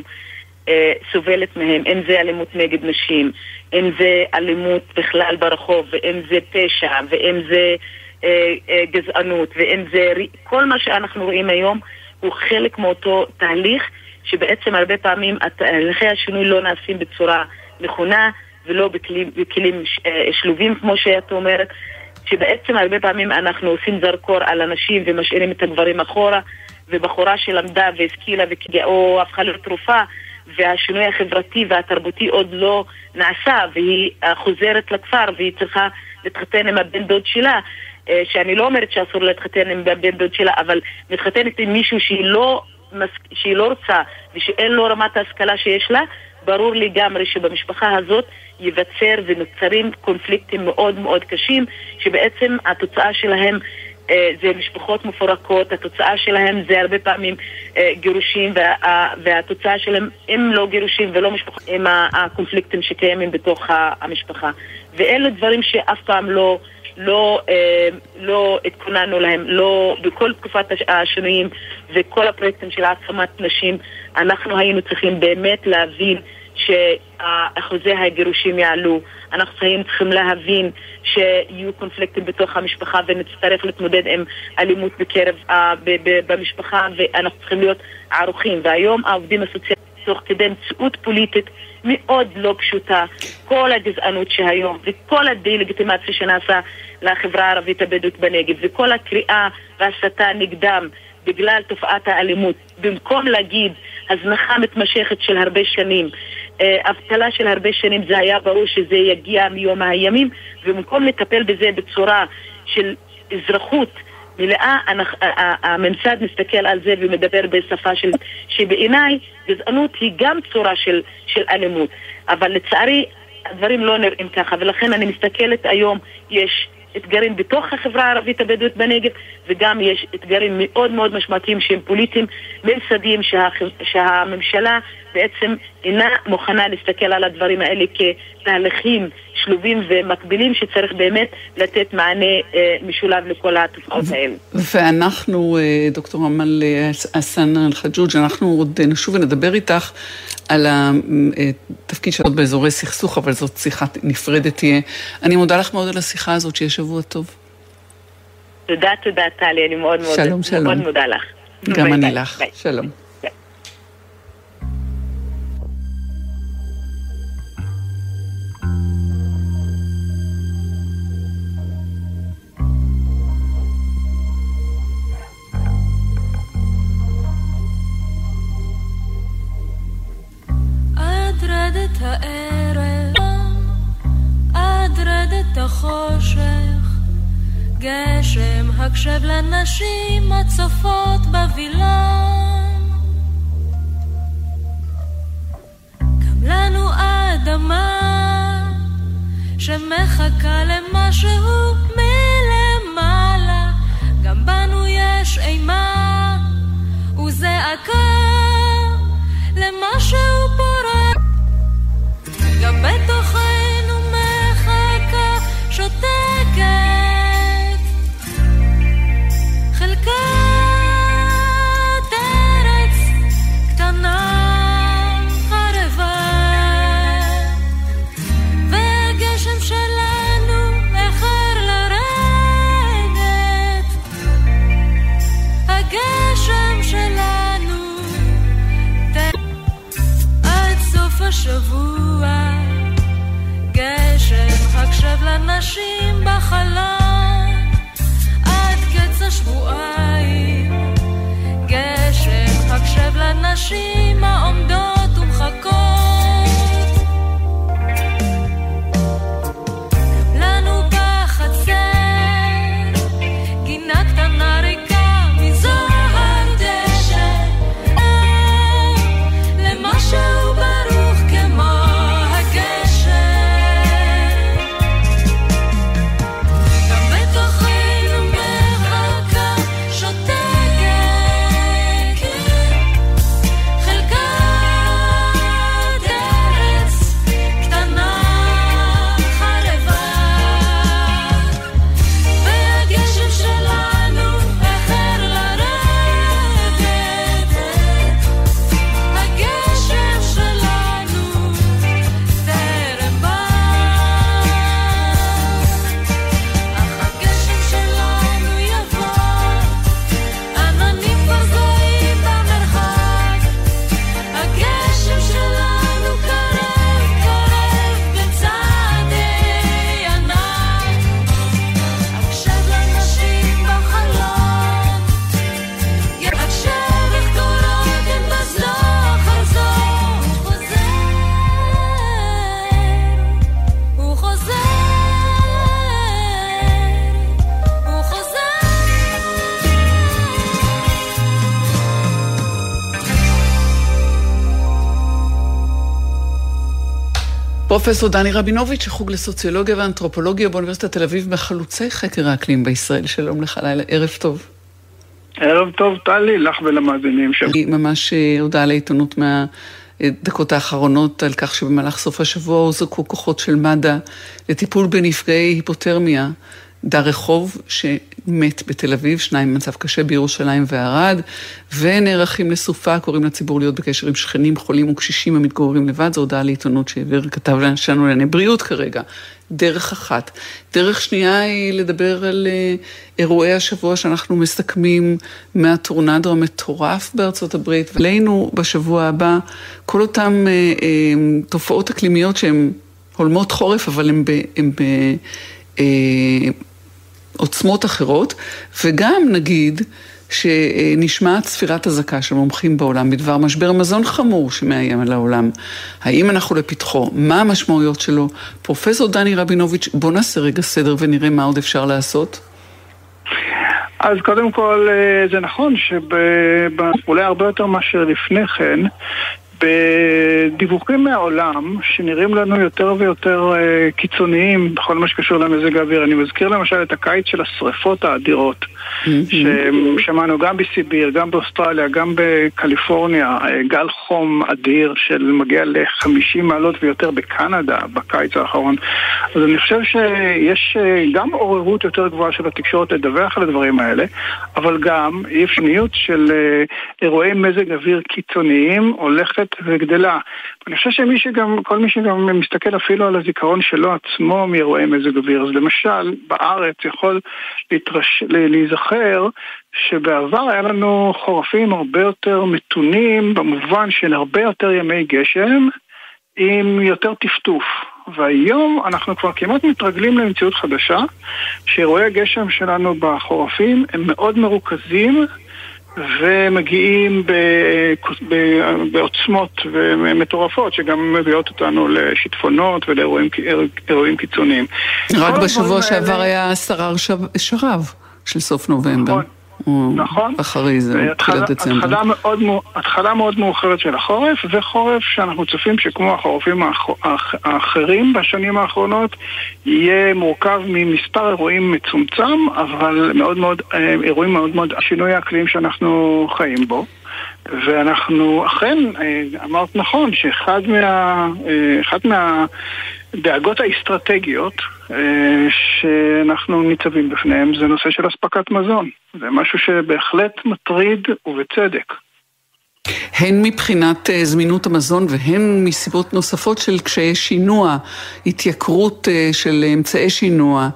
סובלת מהם, אם זה אלימות נגד נשים, אם זה אלימות בכלל ברחוב, ואם זה פשע, ואם זה אה, אה, גזענות, ואם זה... כל מה שאנחנו רואים היום הוא חלק מאותו תהליך, שבעצם הרבה פעמים תהליכי השינוי לא נעשים בצורה נכונה, ולא בכלים, בכלים שלובים כמו שאת אומרת, שבעצם הרבה פעמים אנחנו עושים זרקור על אנשים ומשאירים את הגברים אחורה, ובחורה שלמדה והשכילה או הפכה לתרופה, והשינוי החברתי והתרבותי עוד לא נעשה, והיא חוזרת לכפר והיא צריכה להתחתן עם הבן דוד שלה, שאני לא אומרת שאסור להתחתן עם הבן דוד שלה, אבל מתחתנת עם מישהו שהיא לא, שהיא לא רוצה ושאין לו רמת ההשכלה שיש לה, ברור לי לגמרי שבמשפחה הזאת ייווצר ונוצרים קונפליקטים מאוד מאוד קשים, שבעצם התוצאה שלהם זה משפחות מפורקות, התוצאה שלהם זה הרבה פעמים גירושים, וה, והתוצאה שלהם הם לא גירושים ולא משפחות, הם הקונפליקטים שקיימים בתוך המשפחה. ואלה דברים שאף פעם לא, לא, לא התכוננו להם, לא בכל תקופת השינויים וכל הפרויקטים של העצמת נשים, אנחנו היינו צריכים באמת להבין שאחוזי הגירושים יעלו, אנחנו היינו צריכים להבין שיהיו קונפליקטים בתוך המשפחה ונצטרך להתמודד עם אלימות בקרב במשפחה, ואנחנו צריכים להיות ערוכים. והיום העובדים הסוציאליים תוך כדי מציאות פוליטית מאוד לא פשוטה, כל הגזענות שהיום וכל הדה-לגיטימציה שנעשה לחברה הערבית הבדואית בנגב וכל הקריאה והסתה נגדם בגלל תופעת האלימות, במקום להגיד הזנחה מתמשכת של הרבה שנים, אבטלה של הרבה שנים, זה היה ברור שזה יגיע מיום הימים, ובמקום לטפל בזה בצורה של אזרחות מלאה, הממסד מסתכל על זה ומדבר בשפה של, שבעיניי גזענות היא גם צורה של, של אלימות, אבל לצערי הדברים לא נראים ככה, ולכן אני מסתכלת היום, יש אתגרים בתוך החברה הערבית הבדואית בנגב, וגם יש אתגרים מאוד מאוד משמעותיים שהם פוליטיים, ממסדיים, שה, שהממשלה בעצם אינה מוכנה להסתכל על הדברים האלה כתהליכים שלובים ומקבילים, שצריך באמת לתת מענה אה, משולב לכל התופעות האלה. ואנחנו, דוקטור אמל חסן אל-חג'וג', אנחנו עוד נשוב ונדבר איתך על התפקיד שלך באזורי סכסוך, אבל זאת שיחה נפרדת תהיה. אני מודה לך מאוד על השיחה הזאת, שיהיה שבוע טוב. תודה, תודה, טלי, אני מאוד מאוד, שלום, שלום. מאוד מודה לך. גם ביי, אני ביי, לך. ביי. שלום. את הערב עד רדת החושך גשם הקשב לנשים הצופות בווילון גם לנו אדמה שמחכה למשהו מלמעלה גם בנו יש אימה וזעקה למשהו פורק גם בתוכנו מחכה שותקת חלקת ארץ קטנה חרבה והגשם שלנו אחר לרדת הגשם שלנו עד סוף השבוע גשם הקשב לנשים בחלון עד קץ השבועיים גשם הקשב לנשים העומדות ומחכות לנו בחצר גינה קטנה ריקה מזוהר דשא למשהו ברוך כמו הגשם גם בתוכנו מחכה שותקת חלקת ארץ קטנה חרבה והגשם שלנו אחר לרדת הגשם שלנו טרם בא אך הגשם שלנו יבוא עננים פזורים במרחק הגשם שלנו קרב קרב בצעדי ענק הקשב לנשים בחלון הקשב איך קורות הן בזנוח חזור חוזר הוא חוזר הוא חוזר פרופסור דני רבינוביץ', חוג לסוציולוגיה ואנתרופולוגיה באוניברסיטת תל אביב, מחלוצי חקר האקלים בישראל. שלום לך, לילה, ערב טוב. ערב טוב, טלי, לך ולמאזינים שם. ממש הודעה לעיתונות מהדקות האחרונות על כך שבמהלך סוף השבוע הוזעקו כוחות של מד"א לטיפול בנפגעי היפותרמיה. דר רחוב שמת בתל אביב, שניים במצב קשה בירושלים וערד, ונערכים לסופה, קוראים לציבור להיות בקשר עם שכנים, חולים וקשישים המתגוררים לבד. זו הודעה לעיתונות שהעביר כתב לנו לענייני בריאות כרגע. דרך אחת. דרך שנייה היא לדבר על uh, אירועי השבוע שאנחנו מסכמים מהטורנדו המטורף בארצות הברית, ועלינו בשבוע הבא כל אותם uh, uh, תופעות אקלימיות שהן הולמות חורף, אבל הן ב... הן ב uh, עוצמות אחרות, וגם נגיד שנשמעת ספירת הזקה של מומחים בעולם בדבר משבר מזון חמור שמאיים על העולם. האם אנחנו לפתחו? מה המשמעויות שלו? פרופסור דני רבינוביץ', בוא נעשה רגע סדר ונראה מה עוד אפשר לעשות. אז קודם כל זה נכון שאולי הרבה יותר מאשר לפני כן, בדיווחים מהעולם שנראים לנו יותר ויותר uh, קיצוניים בכל מה שקשור למזג האוויר. אני מזכיר למשל את הקיץ של השריפות האדירות ששמענו גם בסיביר, גם באוסטרליה, גם בקליפורניה, גל חום אדיר של מגיע ל-חמישים מעלות ויותר בקנדה בקיץ האחרון. אז אני חושב שיש גם עוררות יותר גבוהה של התקשורת לדווח על הדברים האלה, אבל גם אפשריות של אירועי מזג אוויר קיצוניים הולכת וגדלה. אני חושב שמי שגם, כל מי שגם מסתכל אפילו על הזיכרון שלו עצמו מאירועי מזג אוויר, אז למשל בארץ יכול להתרש... להיזכר שבעבר היה לנו חורפים הרבה יותר מתונים, במובן של הרבה יותר ימי גשם עם יותר טפטוף. והיום אנחנו כבר כמעט מתרגלים למציאות חדשה, שאירועי הגשם שלנו בחורפים הם מאוד מרוכזים ומגיעים בעוצמות ומטורפות שגם מביאות אותנו לשיטפונות ולאירועים קיצוניים. רק בשבוע שעבר היה שרר שרב של סוף נובמבר. נכון. אחרי זה, תחילת דצמבר. התחלה מאוד, התחלה מאוד מאוחרת של החורף, וחורף שאנחנו צופים שכמו החורפים האחרים בשנים האחרונות, יהיה מורכב ממספר אירועים מצומצם, אבל מאוד מאוד, אירועים מאוד מאוד, שינוי האקלים שאנחנו חיים בו. ואנחנו אכן, אמרת נכון, שאחד מה, אחד מהדאגות האסטרטגיות שאנחנו ניצבים בפניהם זה נושא של הספקת מזון. זה משהו שבהחלט מטריד ובצדק. הן מבחינת זמינות המזון והן מסיבות נוספות של קשיי שינוע, התייקרות של אמצעי שינוע.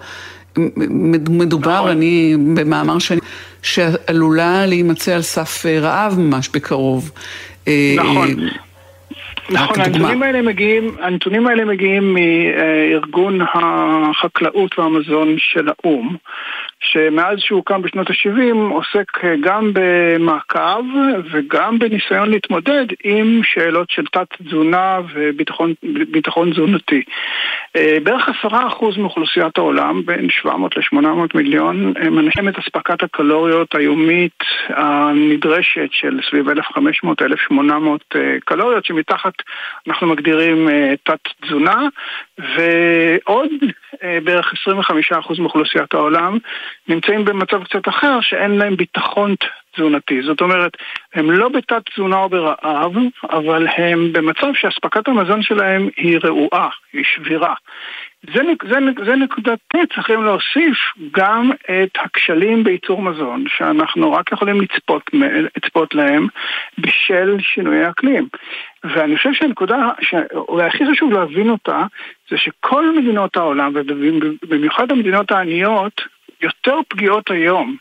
מדובר, נכון. אני במאמר שאני, שעלולה להימצא על סף רעב ממש בקרוב. נכון. נכון, הנתונים האלה מגיעים, הנתונים האלה מגיעים מארגון החקלאות והמזון של האום, שמאז שהוקם בשנות ה-שבעים עוסק גם במעקב וגם בניסיון להתמודד עם שאלות של תת תזונה וביטחון תזונתי. בערך עשרה אחוז מאוכלוסיית העולם, בין שבע מאות לשמונה מאות מיליון, מנחים את הספקת הקלוריות היומית הנדרשת של סביב אלף וחמש מאות עד אלף ושמונה מאות קלוריות, שמתחת אנחנו מגדירים תת תזונה, ועוד בערך עשרים וחמישה אחוז מאוכלוסיית העולם נמצאים במצב קצת אחר שאין להם ביטחון תזונתי. זאת אומרת, הם לא בתת תזונה או ברעב, אבל הם במצב שהספקת המזון שלהם היא רעועה, היא שבירה. זה, זה, זה נקודת, צריכים להוסיף גם את הכשלים בייצור מזון, שאנחנו רק יכולים לצפות, לצפות להם בשל שינוי האקלים. ואני חושב שהנקודה, שאולי הכי חשוב להבין אותה, זה שכל מדינות העולם, ובמיוחד המדינות העניות, יותר פגיעות היום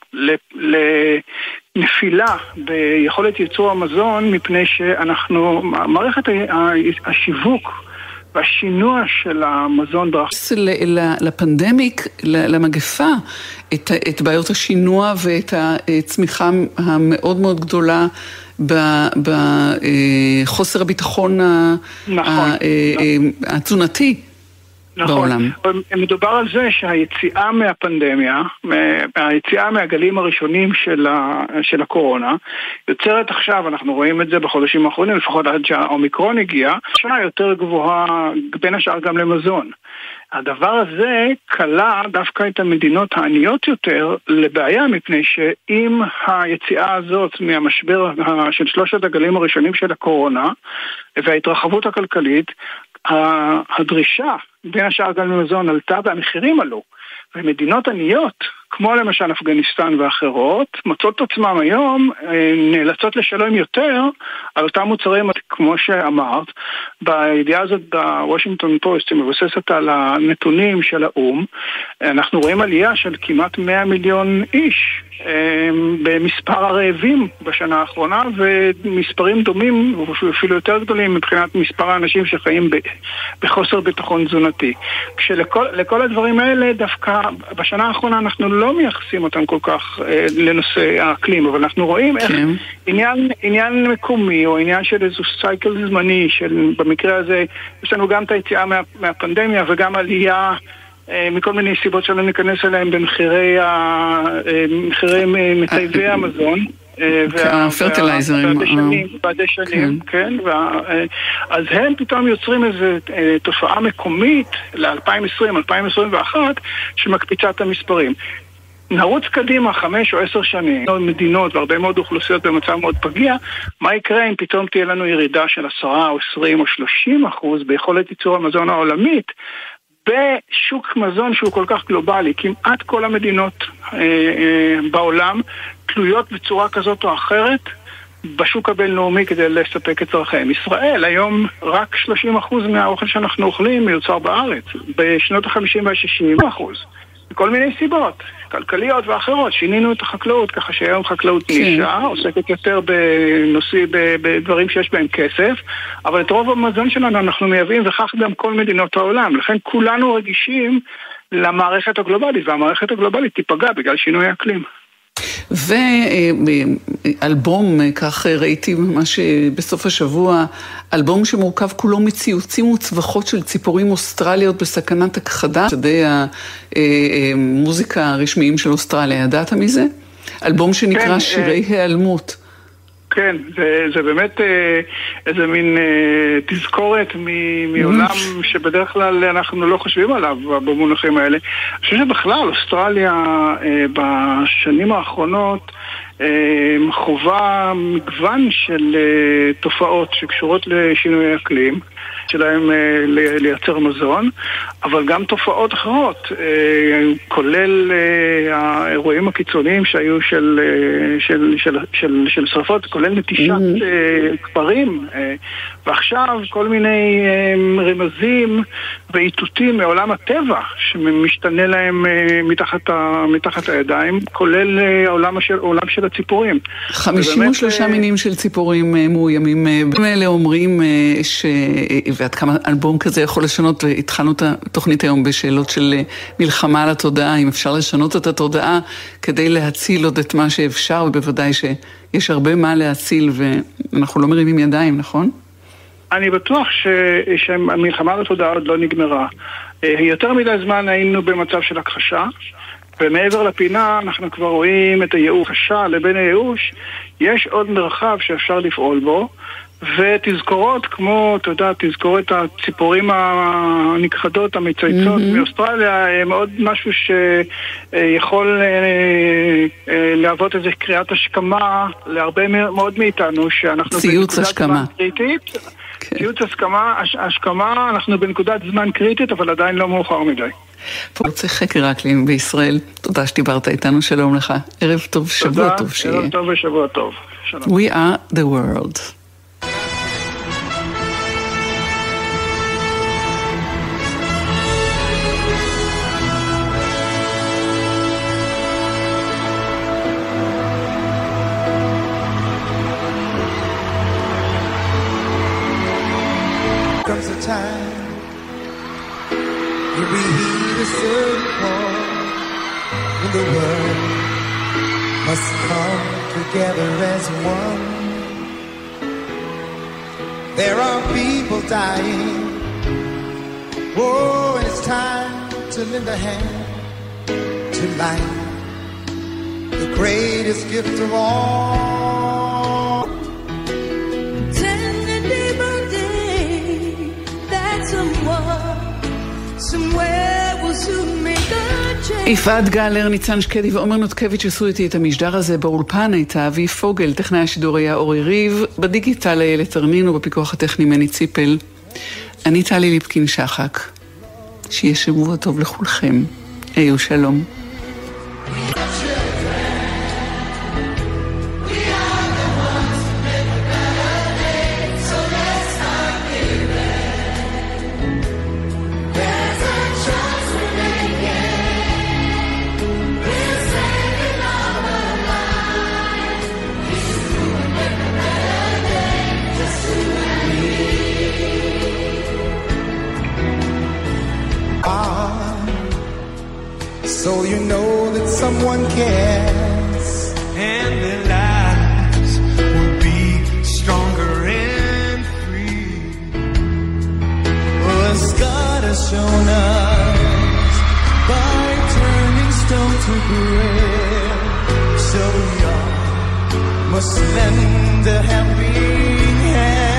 לנפילה ביכולת ייצור המזון, מפני שאנחנו, מערכת השיווק והשינוע של המזון ברחבי. לפנדמיק, למגפה, את, את בעיות השינוע ואת הצמיחה המאוד מאוד גדולה בחוסר הביטחון נכון. התזונתי. נכון. בעולם. מדובר על זה שהיציאה מהפנדמיה, היציאה מהגלים הראשונים של, ה, של הקורונה, יוצרת עכשיו, אנחנו רואים את זה בחודשים האחרונים, לפחות עד שהאומיקרון הגיע, שנה יותר גבוהה בין השאר גם למזון. הדבר הזה קלה דווקא את המדינות העניות יותר לבעיה, מפני שאם היציאה הזאת מהמשבר של שלושת הגלים הראשונים של הקורונה וההתרחבות הכלכלית, הדרישה בין השאר גם למזון עלתה והמחירים עלו, ומדינות עניות כמו למשל אפגניסטן ואחרות מוצאות את עצמם היום נאלצות לשלם יותר על אותם מוצרים, כמו שאמרת. בידיעה הזאת בוושינגטון פוסט מבוססת על הנתונים של האום, אנחנו רואים עלייה של כמעט מאה מיליון איש במספר הרעבים בשנה האחרונה, ומספרים דומים אפילו יותר גדולים מבחינת מספר האנשים שחיים בחוסר ביטחון תזונתי. כשלכל הדברים האלה דווקא בשנה האחרונה אנחנו לא מייחסים אותם כל כך לנושא האקלים, אבל אנחנו רואים איך עניין, עניין מקומי או עניין של איזו סייקל זמני, של במקרה הזה יש לנו גם את היציאה מה, מהפנדמיה וגם עלייה מכל מיני סיבות שלא ניכנס אליהם במחירי מחירי מטייבי המזון והפרטילייזרים והדשנים, כן, אז הם פתאום יוצרים איזו תופעה מקומית ל-אלפיים עשרים אלפיים עשרים ואחת שמקפיצה את המספרים. נרוץ קדימה חמש או עשר שנים, מדינות והרבה מאוד אוכלוסיות במצב מאוד פגיע, מה יקרה אם פתאום תהיה לנו ירידה של עשרה או עשרים או שלושים אחוז ביכולת ייצור המזון העולמית, בשוק מזון שהוא כל כך גלובלי? כמעט כל המדינות אה, אה, בעולם תלויות בצורה כזאת או אחרת בשוק הבינלאומי כדי לספק את צרכיהם. ישראל היום רק שלושים אחוז מהאוכל שאנחנו אוכלים מיוצר בארץ, בשנות ה-חמישים וה-שישים אחוז. כל מיני סיבות, כלכליות ואחרות. שינינו את החקלאות ככה שהיום חקלאות נישה, עוסקת יותר בנושאים, בדברים שיש בהם כסף, אבל את רוב המזון שלנו אנחנו מייבאים, וכך גם כל מדינות העולם. לכן כולנו רגישים למערכת הגלובלית, והמערכת הגלובלית תיפגע בגלל שינוי האקלים. ואלבום, כך ראיתי ממש בסוף השבוע, אלבום שמורכב כולו מציוצים וצווחות של ציפורים אוסטרליות בסכנת הכחדה, שדי המוזיקה הרשמיים של אוסטרליה. ידעת מזה? אלבום שנקרא כן, שירי אה... העלמות. כן, זה, זה באמת אה, איזה מין אה, תזכורת מ- מעולם שבדרך כלל אנחנו לא חושבים עליו במונחים האלה. אני חושב שבכלל אוסטרליה אה, בשנים האחרונות אה, חובה מגוון של אה, תופעות שקשורות לשינוי אקלים, שלהם אה, לייצר מזון, אבל גם תופעות אחרות, אה, כולל אה, האירועים הקיצוניים שהיו של, אה, של, של, של, של שרפות, כולל נטישת אה, כפרים, אה, ועכשיו כל מיני אה, רמזים ואיתותים מעולם הטבע שמשתנה להם אה, מתחת, ה, מתחת הידיים, כולל אה, העולם של, העולם של הציפורים. חמישים ושלושה מינים של ציפורים מאוימים. אלה אומרים ש... ועד כמה אלבום כזה יכול לשנות, והתחלנו את התוכנית היום בשאלות של מלחמה על התודעה, אם אפשר לשנות את התודעה כדי להציל עוד את מה שאפשר, ובוודאי שיש הרבה מה להציל ואנחנו לא מרימים ידיים, נכון? אני בטוח ש... שהמלחמה על התודעה עוד לא נגמרה. יותר מדי זמן היינו במצב של הכחשה, ומעבר לפינה אנחנו כבר רואים את הייאוש. קשה לבין הייאוש, יש עוד מרחב שאפשר לפעול בו, ותזכורות כמו, אתה יודע, תזכורת הציפורים הנכחדות, המצייצות mm-hmm. מאוסטרליה, מאוד משהו שיכול להוות איזו קריאת השכמה להרבה מאוד מאיתנו, שאנחנו ציוץ השכמה. קריטית. כן. ציוץ השכמה, השכמה, אנחנו בנקודת זמן קריטית, אבל עדיין לא מאוחר מדי. פה צריך חקר האקלים בישראל. תודה שדיברת איתנו, שלום לך. ערב טוב, שבוע טוב שיהיה. ערב טוב ושבוע טוב. שלום. We are the world. Comes a time you read a certain call when the world must come together as one. There are people dying. Oh, and it's time to lend a hand to life, the greatest gift of all. Tend day by day that someone somewhere will soon make a change. יפעת גלר, ניצן שקדי ועומר נותקביץ' עשו איתי את המשדר הזה. באולפן הייתה אבי פוגל, טכנאי השידור היה אורי ריב, בדיגיטל איילת ארנין ובפיקוח הטכני מני ציפל. אני טלי ליפקין שחק. שיהיה שבוע טוב לכולכם. היו שלום. So you know that someone cares, and their lives will be stronger and free. Well, as God has shown us by turning stone to bread, so we all must lend a helping hand.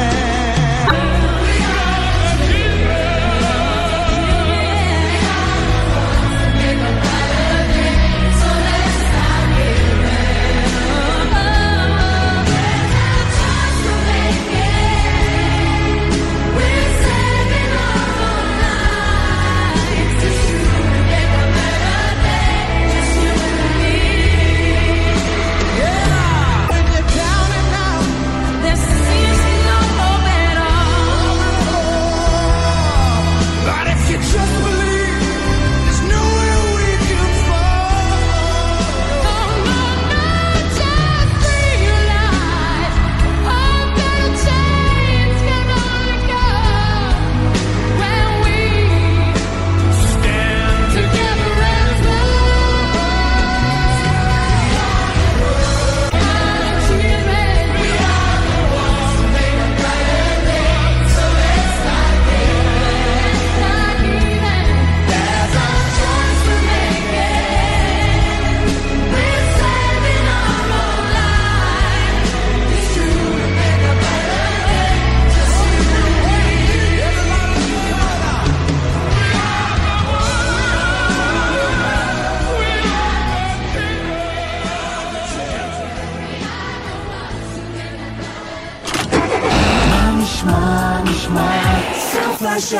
When you're down and out, there seems no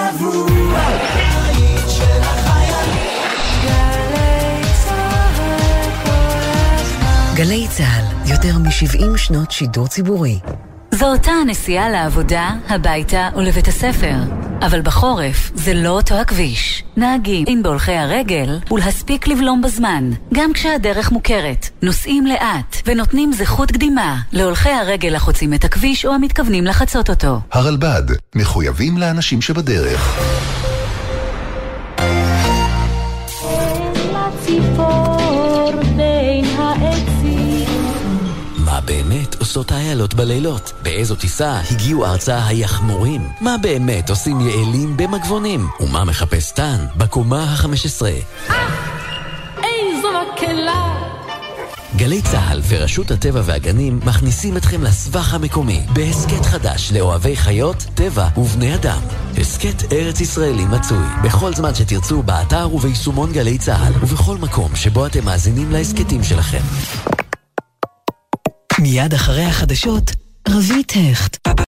שבוע, היית של החיילים. גלי צהל כל הזמן. גלי צהל, יותר מ-שבעים שנות שידור ציבורי. זו אותה הנסיעה לעבודה, הביתה ולבית הספר. אבל בחורף זה לא אותו הכביש. נהגים אין בהולכי הרגל ולהספיק לבלום בזמן, גם כשהדרך מוכרת. נוסעים לאט ונותנים זכות קדימה להולכי הרגל החוצים את הכביש או המתכוונים לחצות אותו. הרלב"ד, מחויבים לאנשים שבדרך. לציפור בין העצים. מה באמת עושות האיילות בלילות? באיזו טיסה הגיעו ארצה היחמורים? מה באמת עושים יעלים במגבונים? ומה מחפש טן בקומה ה-חמש עשרה? איזו מקלה. גלי צהל ורשות הטבע והגנים מכניסים אתכם לסבך המקומי בהסקט חדש לאוהבי חיות, טבע ובני אדם. הסקט ארץ ישראלי מצוי בכל זמן שתרצו באתר וביישומון גלי צהל ובכל מקום שבו אתם מאזינים להסקטים שלכם. מיד אחרי החדשות, רבית הכט.